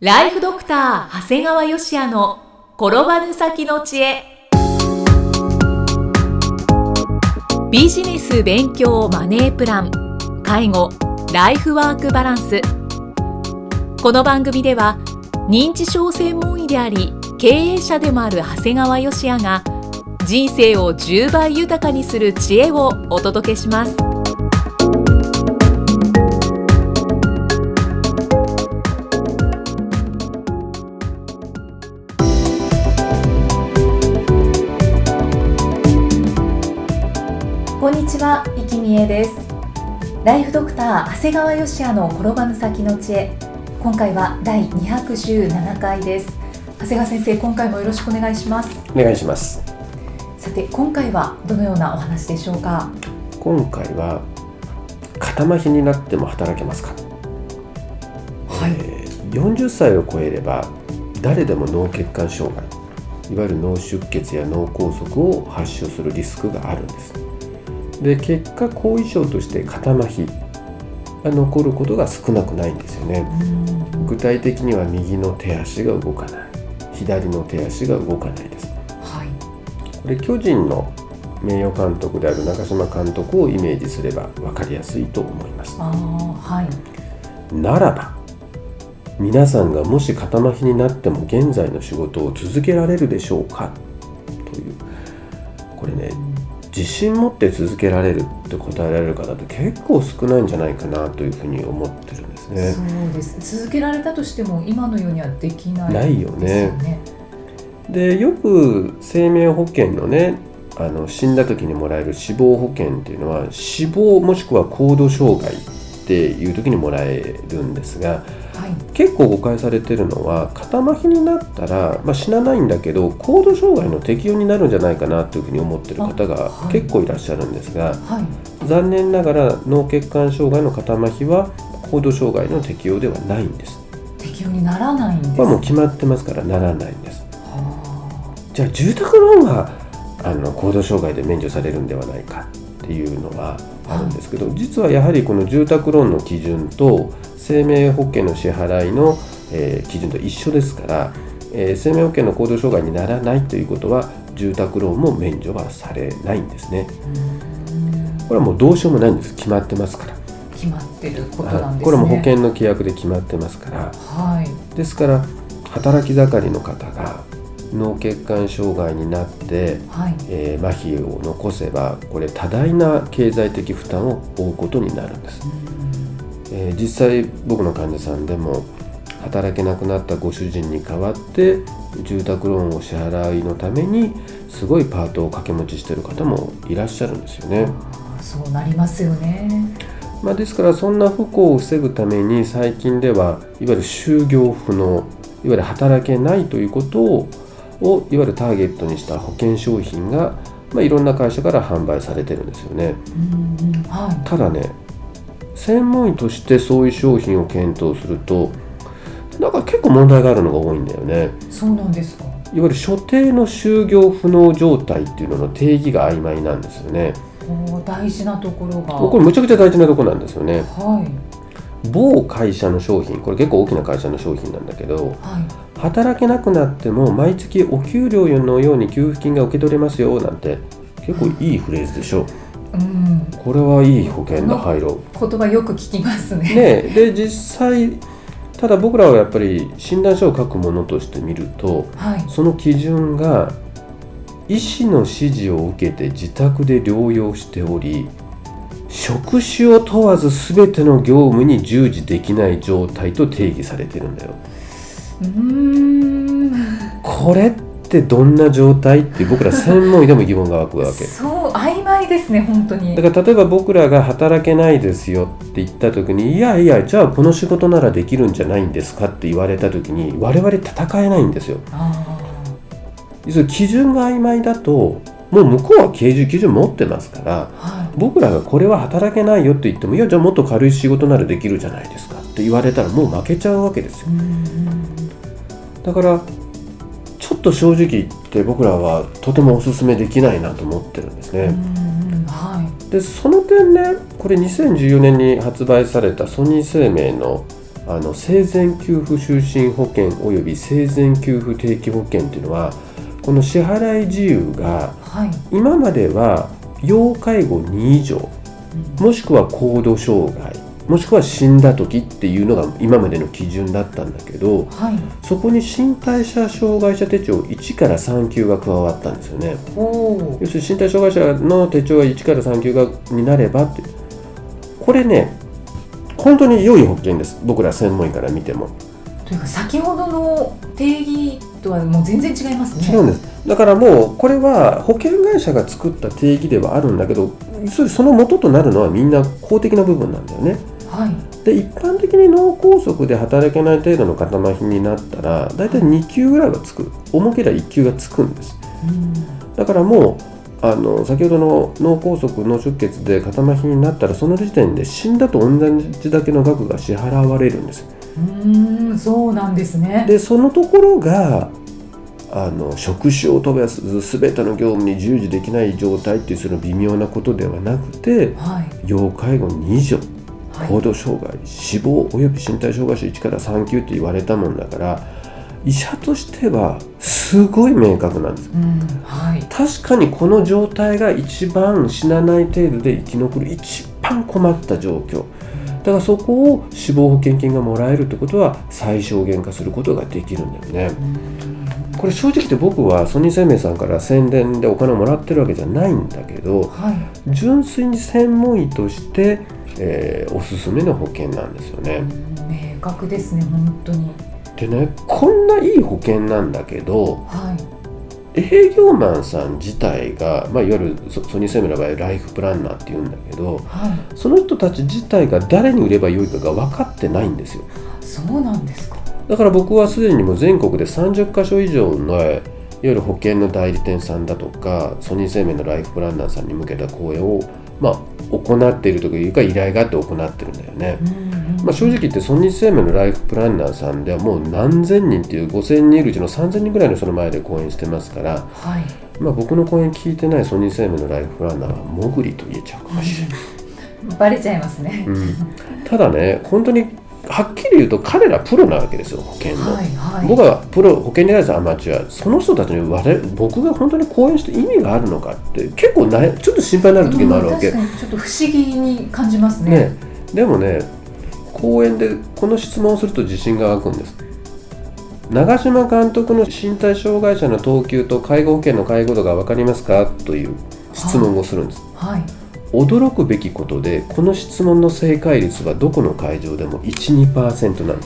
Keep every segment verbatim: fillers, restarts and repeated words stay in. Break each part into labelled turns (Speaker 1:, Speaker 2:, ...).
Speaker 1: ライフドクター長谷川芳也の転ばぬ先の知恵。ビジネス勉強マネープラン、介護、ライフワークバランス。この番組では認知症専門医であり経営者でもある長谷川芳也が人生をじゅうばい豊かにする知恵をお届けします。こんにちは、生きみえです。ライフドクター長谷川芳也の転ばぬ先の知恵。今回はだいにひゃくじゅうななかいです。長谷川先生、今回もよろしくお願いします。
Speaker 2: お願いします。
Speaker 1: さて、今回はどのようなお話でしょうか。
Speaker 2: 今回は肩麻痺になっても働けますか。
Speaker 1: はい、
Speaker 2: えー、よんじゅっさいを超えれば誰でも脳血管障害、いわゆる脳出血や脳梗塞を発症するリスクがあるんです。で、結果後遺症として肩麻痺が残ることが少なくないんですよね。具体的には右の手足が動かない、左の手足が動かないです。
Speaker 1: はい、
Speaker 2: これ巨人の名誉監督である中島監督をイメージすれば分かりやすいと思います。
Speaker 1: あ、はい、
Speaker 2: ならば皆さんがもし肩麻痺になっても現在の仕事を続けられるでしょうかという、これね、自信持って続けられるって答えられる方って結構少ないんじゃないかなというふうに思ってるんですね。
Speaker 1: そうです。続けられたとしても今のようにはできないですよね。
Speaker 2: ないよね。で、よく生命保険のね、あの死んだ時にもらえる死亡保険っていうのは死亡もしくは高度障害っていう時にもらえるんですが、はい、結構誤解されてるのは肩麻痺になったら、まあ、死なないんだけど高度障害の適用になるんじゃないかなというふうに思ってる方が結構いらっしゃるんですが、はいはい、残念ながら脳血管障害の肩麻痺は高度障害の適用ではないんです。
Speaker 1: 適用にならないんです。
Speaker 2: これはもう決まってますからならないんです。じゃあ住宅ローンがあの高度障害で免除されるんではないかっていうのはあるんですけど、実はやはりこの住宅ローンの基準と生命保険の支払いの、えー、基準と一緒ですから、えー、生命保険の高度障害にならないということは住宅ローンも免除はされないんですね。これはもうどうしようもないんです。決まってますから。
Speaker 1: 決まってることなんですね。
Speaker 2: これも保険の規約で決まってますから、
Speaker 1: はい、
Speaker 2: ですから働き盛りの方が脳血管障害になって、はい、えー、麻痺を残せばこれ多大な経済的負担を負うことになるんです。えー、実際僕の患者さんでも働けなくなったご主人に代わって住宅ローンを支払いのためにすごいパートを掛け持ちしている方もいらっしゃるんですよね。
Speaker 1: あ、そうなりますよね。
Speaker 2: まあ、ですからそんな不幸を防ぐために最近ではいわゆる就業不能、いわゆる働けないということををいわゆるターゲットにした保険商品が、まあ、いろんな会社から販売されてるんですよね。
Speaker 1: うん、はい、
Speaker 2: ただね、専門医としてそういう商品を検討するとなんか結構問題があるのが多いんだよね。
Speaker 1: そうなんですか。いわ
Speaker 2: ゆる所定の就業不能状態っていうのの定義が曖昧なんですよね。
Speaker 1: 大事なところが
Speaker 2: これむちゃくちゃ大事なところなんですよね。
Speaker 1: はい、
Speaker 2: 某会社の商品、これ結構大きな会社の商品なんだけど、はい、働けなくなっても毎月お給料のように給付金が受け取れますよなんて結構いいフレーズでしょ。
Speaker 1: うん、
Speaker 2: これはいい保険だ、入ろ
Speaker 1: う。言葉よく聞きますね。
Speaker 2: ね。で、実際ただ僕らはやっぱり診断書を書くものとして見ると、はい、その基準が医師の指示を受けて自宅で療養しており職種を問わず全ての業務に従事できない状態と定義されてるんだよ。
Speaker 1: うーん、
Speaker 2: これってどんな状態って僕ら専門医でも疑問が湧くわけ。
Speaker 1: そう曖昧ですね、本当に。
Speaker 2: だから例えば僕らが働けないですよって言った時に、いやいやじゃあこの仕事ならできるんじゃないんですかって言われた時に我々戦えないんですよ。
Speaker 1: あ、
Speaker 2: 基準が曖昧だともう向こうは基準基準持ってますから、はい、僕らがこれは働けないよって言っても、いやじゃあもっと軽い仕事ならできるじゃないですかって言われたらもう負けちゃうわけですよ。うん、だからちょっと正直言って僕らはとてもお勧めできないなと思ってるんですね。
Speaker 1: うん、はい、
Speaker 2: でその点ね、これにせんじゅうよねんに発売されたソニー生命のああの生前給付就寝保険および生前給付定期保険っていうのはこの支払い自由が今までは要介護に以上もしくは高度障害もしくは死んだ時っていうのが今までの基準だったんだけど、
Speaker 1: はい、
Speaker 2: そこに身体者障害者手帳いちからさん級が加わったんですよね。
Speaker 1: お
Speaker 2: 要するに身体障害者の手帳がいちからさん級がになればってこれね本当に良い保険です。僕ら専門医から見ても。
Speaker 1: というか先ほどの定義とはもう全然違いますね。
Speaker 2: 違うんです。だからもうこれは保険会社が作った定義ではあるんだけど、その元となるのはみんな公的な部分なんだよね。
Speaker 1: はい、
Speaker 2: で一般的に脳梗塞で働けない程度の肩麻痺になったらだいたいに級ぐらいはつく、重ければいち級がつくんです。
Speaker 1: うん
Speaker 2: だからもうあの先ほどの脳梗塞脳出血で肩麻痺になったらその時点で死んだと同じだけの額が支払われるんです。
Speaker 1: うーんそうなんですね。
Speaker 2: でそのところがあの職種を飛ばす全ての業務に従事できない状態っていうその微妙なことではなくて、
Speaker 1: はい、
Speaker 2: 要介護に以上
Speaker 1: はい、
Speaker 2: 高度障害死亡および身体障害者いちからさん級って言われたもんだから医者としてはすごい明確なんです、
Speaker 1: うんはい、
Speaker 2: 確かにこの状態が一番死なない程度で生き残る一番困った状況だからそこを死亡保険金がもらえるってことは最小限化することができるんだよね。これ正直言って僕はソニー生命さんから宣伝でお金をもらってるわけじゃないんだけど、
Speaker 1: はい、
Speaker 2: 純粋に専門医としてえー、おすすめの保険なんですよね。
Speaker 1: 明確ですね本当に。
Speaker 2: でねこんないい保険なんだけど、
Speaker 1: はい、
Speaker 2: 営業マンさん自体が、まあ、いわゆる ソ, ソニー生命の場合ライフプランナーっていうんだけど、
Speaker 1: はい、
Speaker 2: その人たち自体が誰に売ればよいかが分かってないんですよ。
Speaker 1: そうなんですか。
Speaker 2: だから僕はすでにもう全国でさんじゅっかしょ以上のいわゆる保険の代理店さんだとかソニー生命のライフプランナーさんに向けた講演をまあ、行っているというか依頼があって行ってるんだよね、
Speaker 1: うんうん
Speaker 2: まあ、正直言ってソニー生命のライフプランナーさんではもう何千人っていうごせんにんいるうちのさんぜんにんぐらいの人の前で講演してますから、
Speaker 1: はい
Speaker 2: まあ、僕の講演聞いてないソニー生命のライフプランナーはもぐりと言えちゃうかもしれない、
Speaker 1: うん、バレちゃいますね、
Speaker 2: うん、ただね本当にはっきり言うと彼らプロなわけですよ保険の、
Speaker 1: はいはい、
Speaker 2: 僕はプロ保険に対するアマチュアその人たちに我僕が本当に講演して意味があるのかって結構なちょっと心配になる時もあるわけ、
Speaker 1: うん、確かにちょっと不思議に感じますね。
Speaker 2: ねでもね講演でこの質問をすると自信が湧くんです。長嶋監督の身体障害者の等級と介護保険の介護度が分かりますかという質問をするんです、
Speaker 1: はいはい
Speaker 2: 驚くべきことでこの質問の正解率はどこの会場でも いち、にパーセント なんです。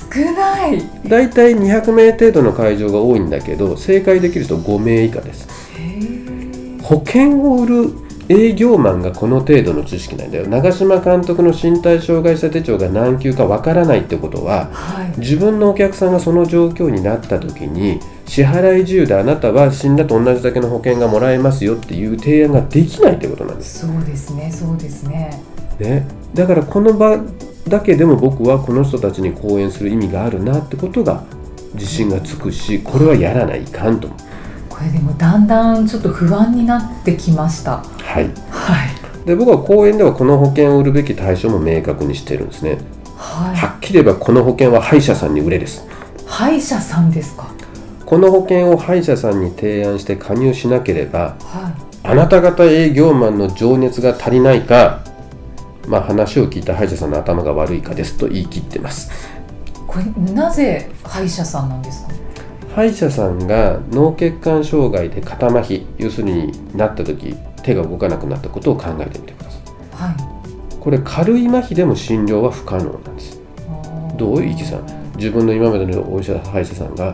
Speaker 1: 少ない。
Speaker 2: だいたいにひゃくめい程度の会場が多いんだけど正解できるとごめい以下です。保険を売る営業マンがこの程度の知識なんだよ。長嶋監督の身体障害者手帳が何級かわからないってことは、
Speaker 1: はい、
Speaker 2: 自分のお客さんがその状況になった時に支払い自由であなたは死んだと同じだけの保険がもらえますよっていう提案ができないってことなんです。
Speaker 1: そうですねそうですね。
Speaker 2: ね、だからこの場だけでも僕はこの人たちに講演する意味があるなってことが自信がつくしこれはやらないかんと。
Speaker 1: これでもだんだんちょっと不安になってきました。
Speaker 2: はい、
Speaker 1: はい、
Speaker 2: で僕は講演ではこの保険を売るべき対象も明確にしてるんですね、
Speaker 1: はい、
Speaker 2: はっきり言えばこの保険は歯医者さんに売れです。
Speaker 1: 歯医者さんですか。
Speaker 2: この保険を歯医者さんに提案して加入しなければ、
Speaker 1: はい、
Speaker 2: あなた方営業マンの情熱が足りないか、まあ、話を聞いた歯医者さんの頭が悪いかですと言い切ってます。
Speaker 1: これなぜ歯医者さんなんですか。
Speaker 2: 歯医者さんが脳血管障害で肩麻痺要するになった時手が動かなくなったことを考えてみてください、はい、これ軽い麻痺でも診療は不可能なんです。どういう池さん自分の今までのお医者歯医者さんが、はい、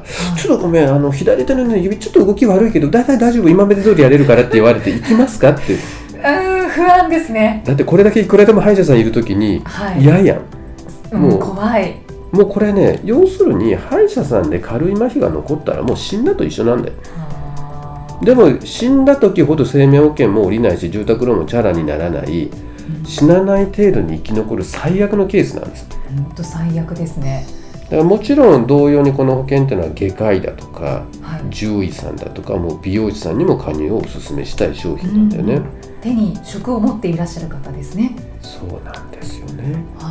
Speaker 2: ちょっとごめんあの左手の、ね、指ちょっと動き悪いけどだいたい大丈夫今まで通りやれるからって言われて行きますかって
Speaker 1: うん不安ですね。
Speaker 2: だってこれだけいくらでも歯医者さんいる時に嫌、はい、やん
Speaker 1: もう、うん、怖い。
Speaker 2: もうこれね要するに歯医者さんで軽い麻痺が残ったらもう死んだと一緒なんだよ。でも死んだ時ほど生命保険も下りないし住宅ローンもチャラにならない、うん、死なない程度に生き残る最悪のケースなんです。
Speaker 1: 本当最悪ですね。
Speaker 2: だからもちろん同様にこの保険っていうのは外科医だとか、はい、獣医さんだとかもう美容師さんにも加入をお勧めしたい商品なんだよね、うん、
Speaker 1: 手に職を持っていらっしゃる方ですね。
Speaker 2: そうなんですよね、
Speaker 1: はあ、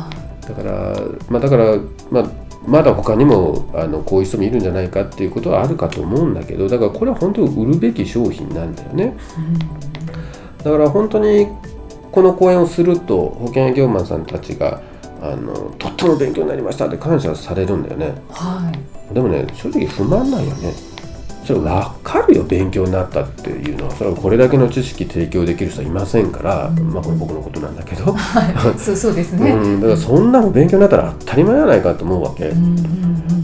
Speaker 2: だから、まあ、だから、まあ、まだ他にもあのこういう人もいるんじゃないかっていうことはあるかと思うんだけど、だからこれは本当に売るべき商品なんだよね、うん、だから本当にこの講演をすると保険営業マンさんたちがあのとっても勉強になりましたって感謝されるんだよね、はい、でもね正直不満なんよね。それ分かるよ、勉強になったっていうのは。それはこれだけの知識提供できる人はいませんから、うん、まあこれ僕のことなんだけど、
Speaker 1: はい、そうそうですね、
Speaker 2: うん、だからそんなの勉強になったら当たり前じゃないかと思うわけ、うんうんうん、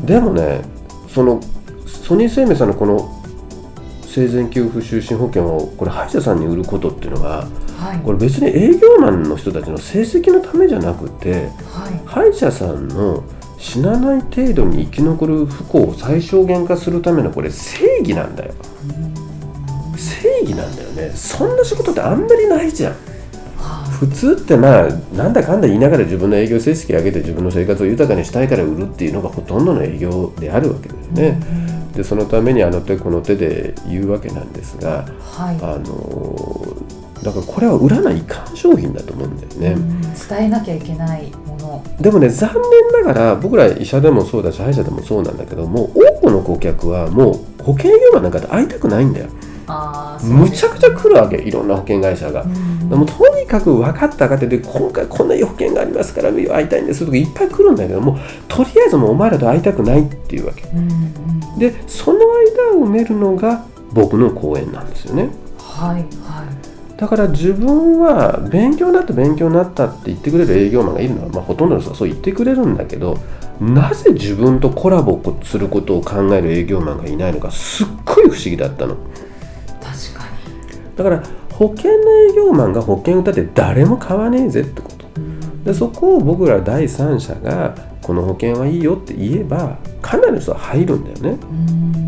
Speaker 2: でもねそのソニー生命さんのこの生前給付就寝保険をこれ歯医者さんに売ることっていうのは、はい、これ別に営業マンの人たちの成績のためじゃなくて、はい、歯医者さんの死なない程度に生き残る不幸を最小限化するためのこれ正義なんだよ。正義なんだよね。そんな仕事ってあんまりないじゃん。普通ってまあなんだかんだ言いながら自分の営業成績を上げて自分の生活を豊かにしたいから売るっていうのがほとんどの営業であるわけだよね。でそのためにあの手この手で言うわけなんですが、はい、あのだからこれは売らないかん商品だと思うんだよね、うん、
Speaker 1: 伝えなきゃいけないもの
Speaker 2: でもね残念ながら僕ら医者でもそうだし歯医者でもそうなんだけどもう多くの顧客はもう保険営業マンなんかで会いたくないんだよ。あー、そうですね、むちゃくちゃ来るわけ、いろんな保険会社が、うん、でもとにかく分かった分かってで今回こんないい保険がありますから会いたいんですとかいっぱい来るんだけどもとりあえずもうお前らと会いたくないっていうわけ、うんうん、でその間を埋めるのが僕の講演なんですよね。はいはい。だから自分は勉強になった勉強になったって言ってくれる営業マンがいるのは、まあ、ほとんどの人はそう言ってくれるんだけど、なぜ自分とコラボすることを考える営業マンがいないのかすっごい不思議だったの。
Speaker 1: 確かに。
Speaker 2: だから保険の営業マンが保険を売ったって誰も買わねえぜってこと、うん、でそこを僕ら第三者がこの保険はいいよって言えばかなりの人は入るんだよね、うん、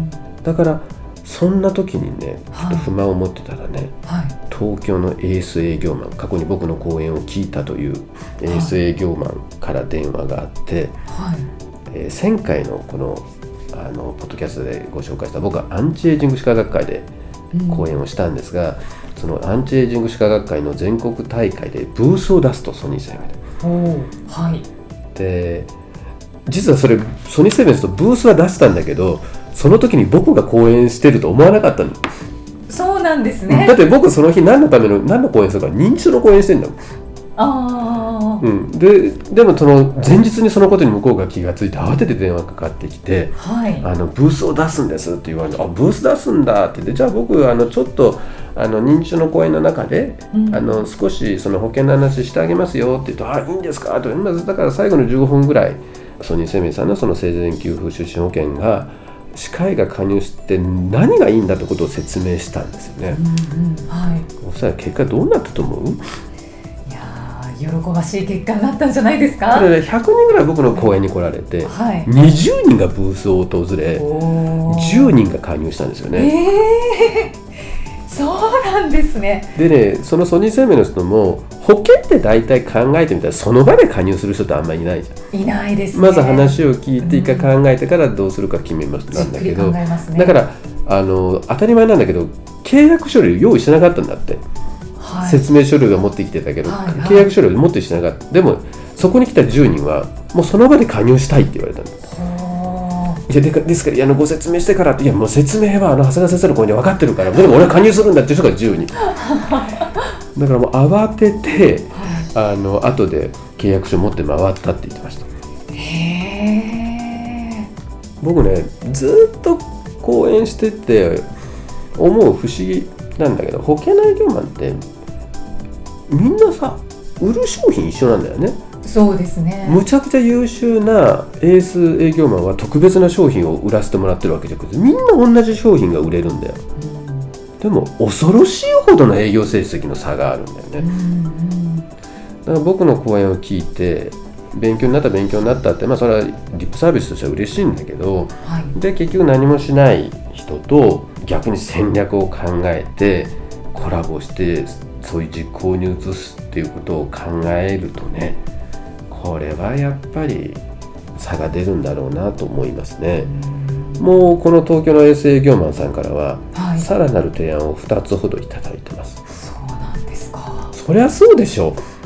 Speaker 2: だからそんな時にねちょっと不満を持ってたらね、はいはい、東京のエース営業マン、過去に僕の講演を聞いたというエース営業マンから電話があって、はいえー、前回のこの、あのポッドキャストでご紹介した僕はアンチエイジング歯科学会で講演をしたんですが、うん、そのアンチエイジング歯科学会の全国大会でブースを出すとソニー生命で、はい、で実はそれソニー生命とブースは出したんだけどその時に僕が講演してると思わなかったの。
Speaker 1: そうなんですね。
Speaker 2: だって僕その日何のための何の講演するか認知症の講演してんだもん。
Speaker 1: あ、
Speaker 2: うん、で, でもその前日にそのことに向こうが気がついて慌てて電話かかってきて、はい、あのブースを出すんですって言われて、あブース出すんだって言って、じゃあ僕あのちょっとあの認知症の講演の中で、うん、あの少しその保険の話してあげますよって言うと、あいいんですかと、だから最後のじゅうごふんぐらいソニー生命さんのその生前給付出身保険が歯科医が加入して何がいいんだってことを説明したんですよね、うんうんはい、そしたら結果どうなったと思う？
Speaker 1: 喜ばしい結果になったんじゃないですか。
Speaker 2: それでひゃくにんぐらい僕の講演に来られて、はい、にじゅうにんがブースを訪れじゅうにんが加入したんですよね。
Speaker 1: えー、そうなんですね。
Speaker 2: でねそのソニー生命の人も保険って大体考えてみたらその場で加入する人ってあんまりいないじゃん。
Speaker 1: いないですね。
Speaker 2: まず話を聞いていいか考えてからどうするか決めますなんだけど、ね、だからあの当たり前なんだけど契約書類を用意しなかったんだって、はい、説明書類を持ってきてたけど、はいはい、契約書類を持ってきてなかった。でもそこに来たじゅうにんはもうその場で加入したいって言われたんだ。いやでかですからいやあのご説明してからって、いやもう説明はあの長谷川先生の声で分かってるから、でも俺は加入するんだっていう人がじゅうにんだからもう慌てて、はい、あの後で契約書持って回ったって言ってました。へー。僕ねずっと講演してて思う不思議なんだけど、保険営業マンってみんなさ売る商品一緒なんだよね。
Speaker 1: そうですね。
Speaker 2: むちゃくちゃ優秀なエース営業マンは特別な商品を売らせてもらってるわけじゃなくて、みんな同じ商品が売れるんだよ、うん、でも恐ろしいほどの営業成績の差があるんだよね、うん、だから僕の講演を聞いて勉強になった勉強になったって、まあそれはリップサービスとしては嬉しいんだけど、はい、で結局何もしない人と逆に戦略を考えてコラボしてそういう実行に移すっていうことを考えるとね、これはやっぱり差が出るんだろうなと思いますね。もうこの東京のエース営業マンさんからは、はい、さらなる提案をふたつほどいただいてます。
Speaker 1: そうなんですか。
Speaker 2: そりゃそうでしょう。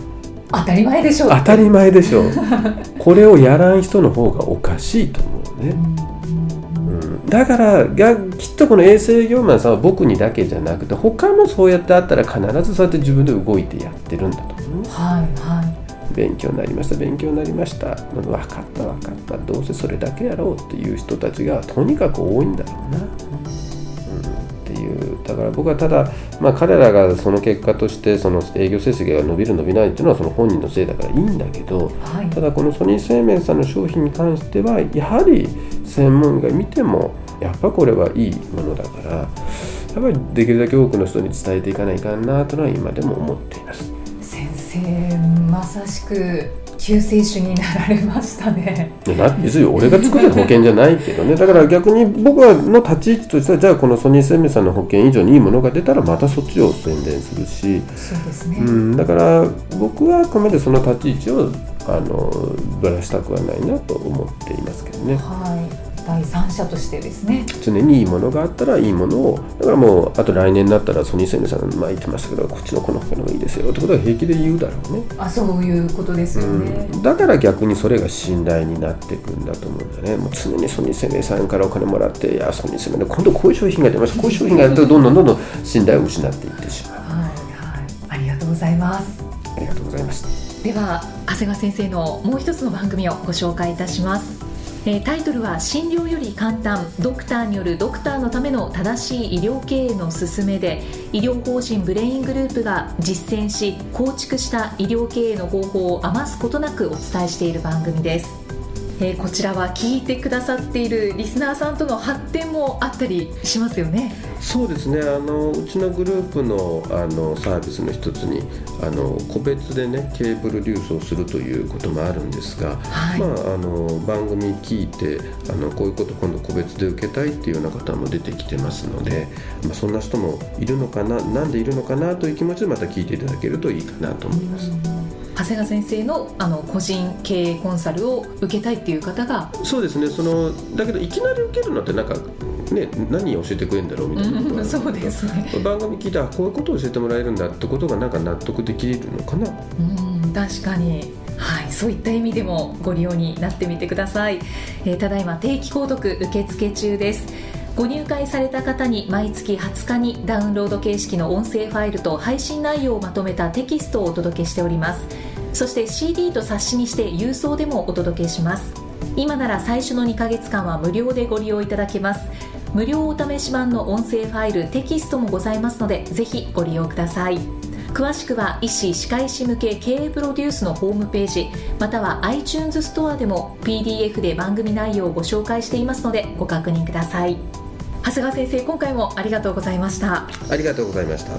Speaker 1: 当たり前でしょう。
Speaker 2: 当たり前でしょうこれをやらん人の方がおかしいと思うね、うんうん、だからがきっとこの衛生業マンさんは僕にだけじゃなくて他もそうやってあったら必ずそうやって自分で動いてやってるんだと思う、
Speaker 1: はいはい、
Speaker 2: 勉強になりました勉強になりました分かった分かったどうせそれだけやろうっていう人たちがとにかく多いんだろうな、うん、っていうだから僕はただ、まあ、彼らがその結果としてその営業成績が伸びる伸びないっていうのはその本人のせいだからいいんだけど、はい、ただこのソニー生命さんの商品に関してはやはり専門医が見てもやっぱこれはいいものだからやっぱりできるだけ多くの人に伝えていかないかなというのは今でも思っています。
Speaker 1: 先生まさしく救世主になられましたね。
Speaker 2: 別に俺が作った保険じゃないけどねだから逆に僕の立ち位置としてはじゃあこのソニー生命さんの保険以上にいいものが出たらまたそっちを宣伝するし
Speaker 1: そうですね、
Speaker 2: うん、だから僕はあくまでその立ち位置をあのぶらしたくはないなと思っていますけどね。
Speaker 1: はい第三者としてですね
Speaker 2: 常にいいものがあったらいいものをだからもうあと来年になったらソニー生命さんまあ言ってましたけどこっちのこの保険の方がいいですよってことは平気で言うだろうね。
Speaker 1: あそういうことですよね、
Speaker 2: うん、だから逆にそれが信頼になっていくんだと思うんだね。もう常にソニー生命さんからお金もらっていやソニー生命で今度こういう商品が出ましたこういう商品が出るとどんどんどんどん信頼を失っていってしまう。
Speaker 1: はいはい、ありがとうございます。
Speaker 2: ありがとうございます。
Speaker 1: では長谷川先生のもう一つの番組をご紹介いたします。えー、タイトルは診療より簡単ドクターによるドクターのための正しい医療経営の勧めで医療法人ブレイングループが実践し構築した医療経営の方法を余すことなくお伝えしている番組です。えー、こちらは聞いてくださっているリスナーさんとの発展もあったりしますよね。
Speaker 2: そうですねあのうちのグループ の, あのサービスの一つにあの個別でね経営プロデュースをするということもあるんですが、はいまあ、あの番組聞いてあのこういうこと今度個別で受けたいっていうような方も出てきてますので、まあ、そんな人もいるのかななんでいるのかなという気持ちでまた聞いていただけるといいかなと思います。
Speaker 1: 長谷川先生 の, あの個人経営コンサルを受けたいっていう方が
Speaker 2: そうですねそのだけどいきなり受けるのってなんかね、何教えてくれるんだろうみたいなことが、うん、
Speaker 1: そうですね
Speaker 2: 番組聞いてこういうことを教えてもらえるんだってことがなんか納得できるのかな。
Speaker 1: うん確かに、はい、そういった意味でもご利用になってみてください。えー、ただいま定期購読受付中です。ご入会された方に毎月はつかにダウンロード形式の音声ファイルと配信内容をまとめたテキストをお届けしております。そして シーディー と冊子にして郵送でもお届けします。今なら最初のにかげつかんは無料でご利用いただけます。無料お試し版の音声ファイルテキストもございますのでぜひご利用ください。詳しくは医師・歯科医師向け経営プロデュースのホームページまたは iTunes ストアでも ピーディーエフ で番組内容をご紹介していますのでご確認ください。長谷川先生今回もありがとうございました。
Speaker 2: ありがとうございました。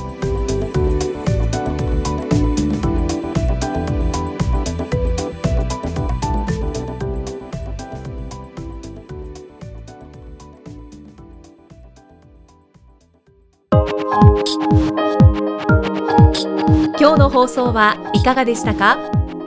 Speaker 1: 今日の放送はいかがでしたか？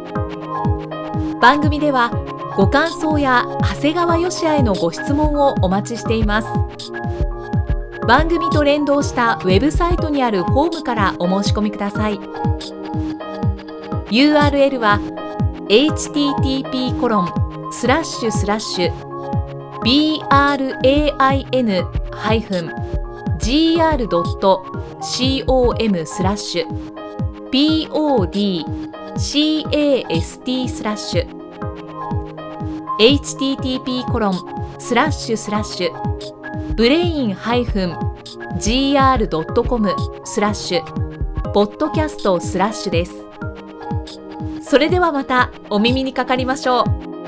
Speaker 1: 番組ではご感想や長谷川芳也へのご質問をお待ちしています。番組と連動したウェブサイトにあるホームからお申し込みください。 ユーアールエル は エイチティーティーピーコロンスラッシュスラッシュビーアールエーアイエヌハイフンジーアールドットコム スラッシュ ピーオーディーシーエーエスティー スラッシュ エイチティーティーピーコロンスラッシュスラッシュブレインハイフンジーアールドットコム スラッシュポッドキャストスラッシュです。それではまたお耳にかかりましょう。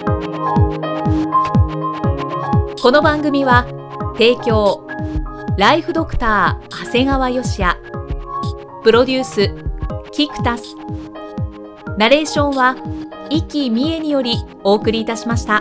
Speaker 1: この番組は提供ライフドクター長谷川芳也プロデュースキクタスナレーションは生きみえによりお送りいたしました。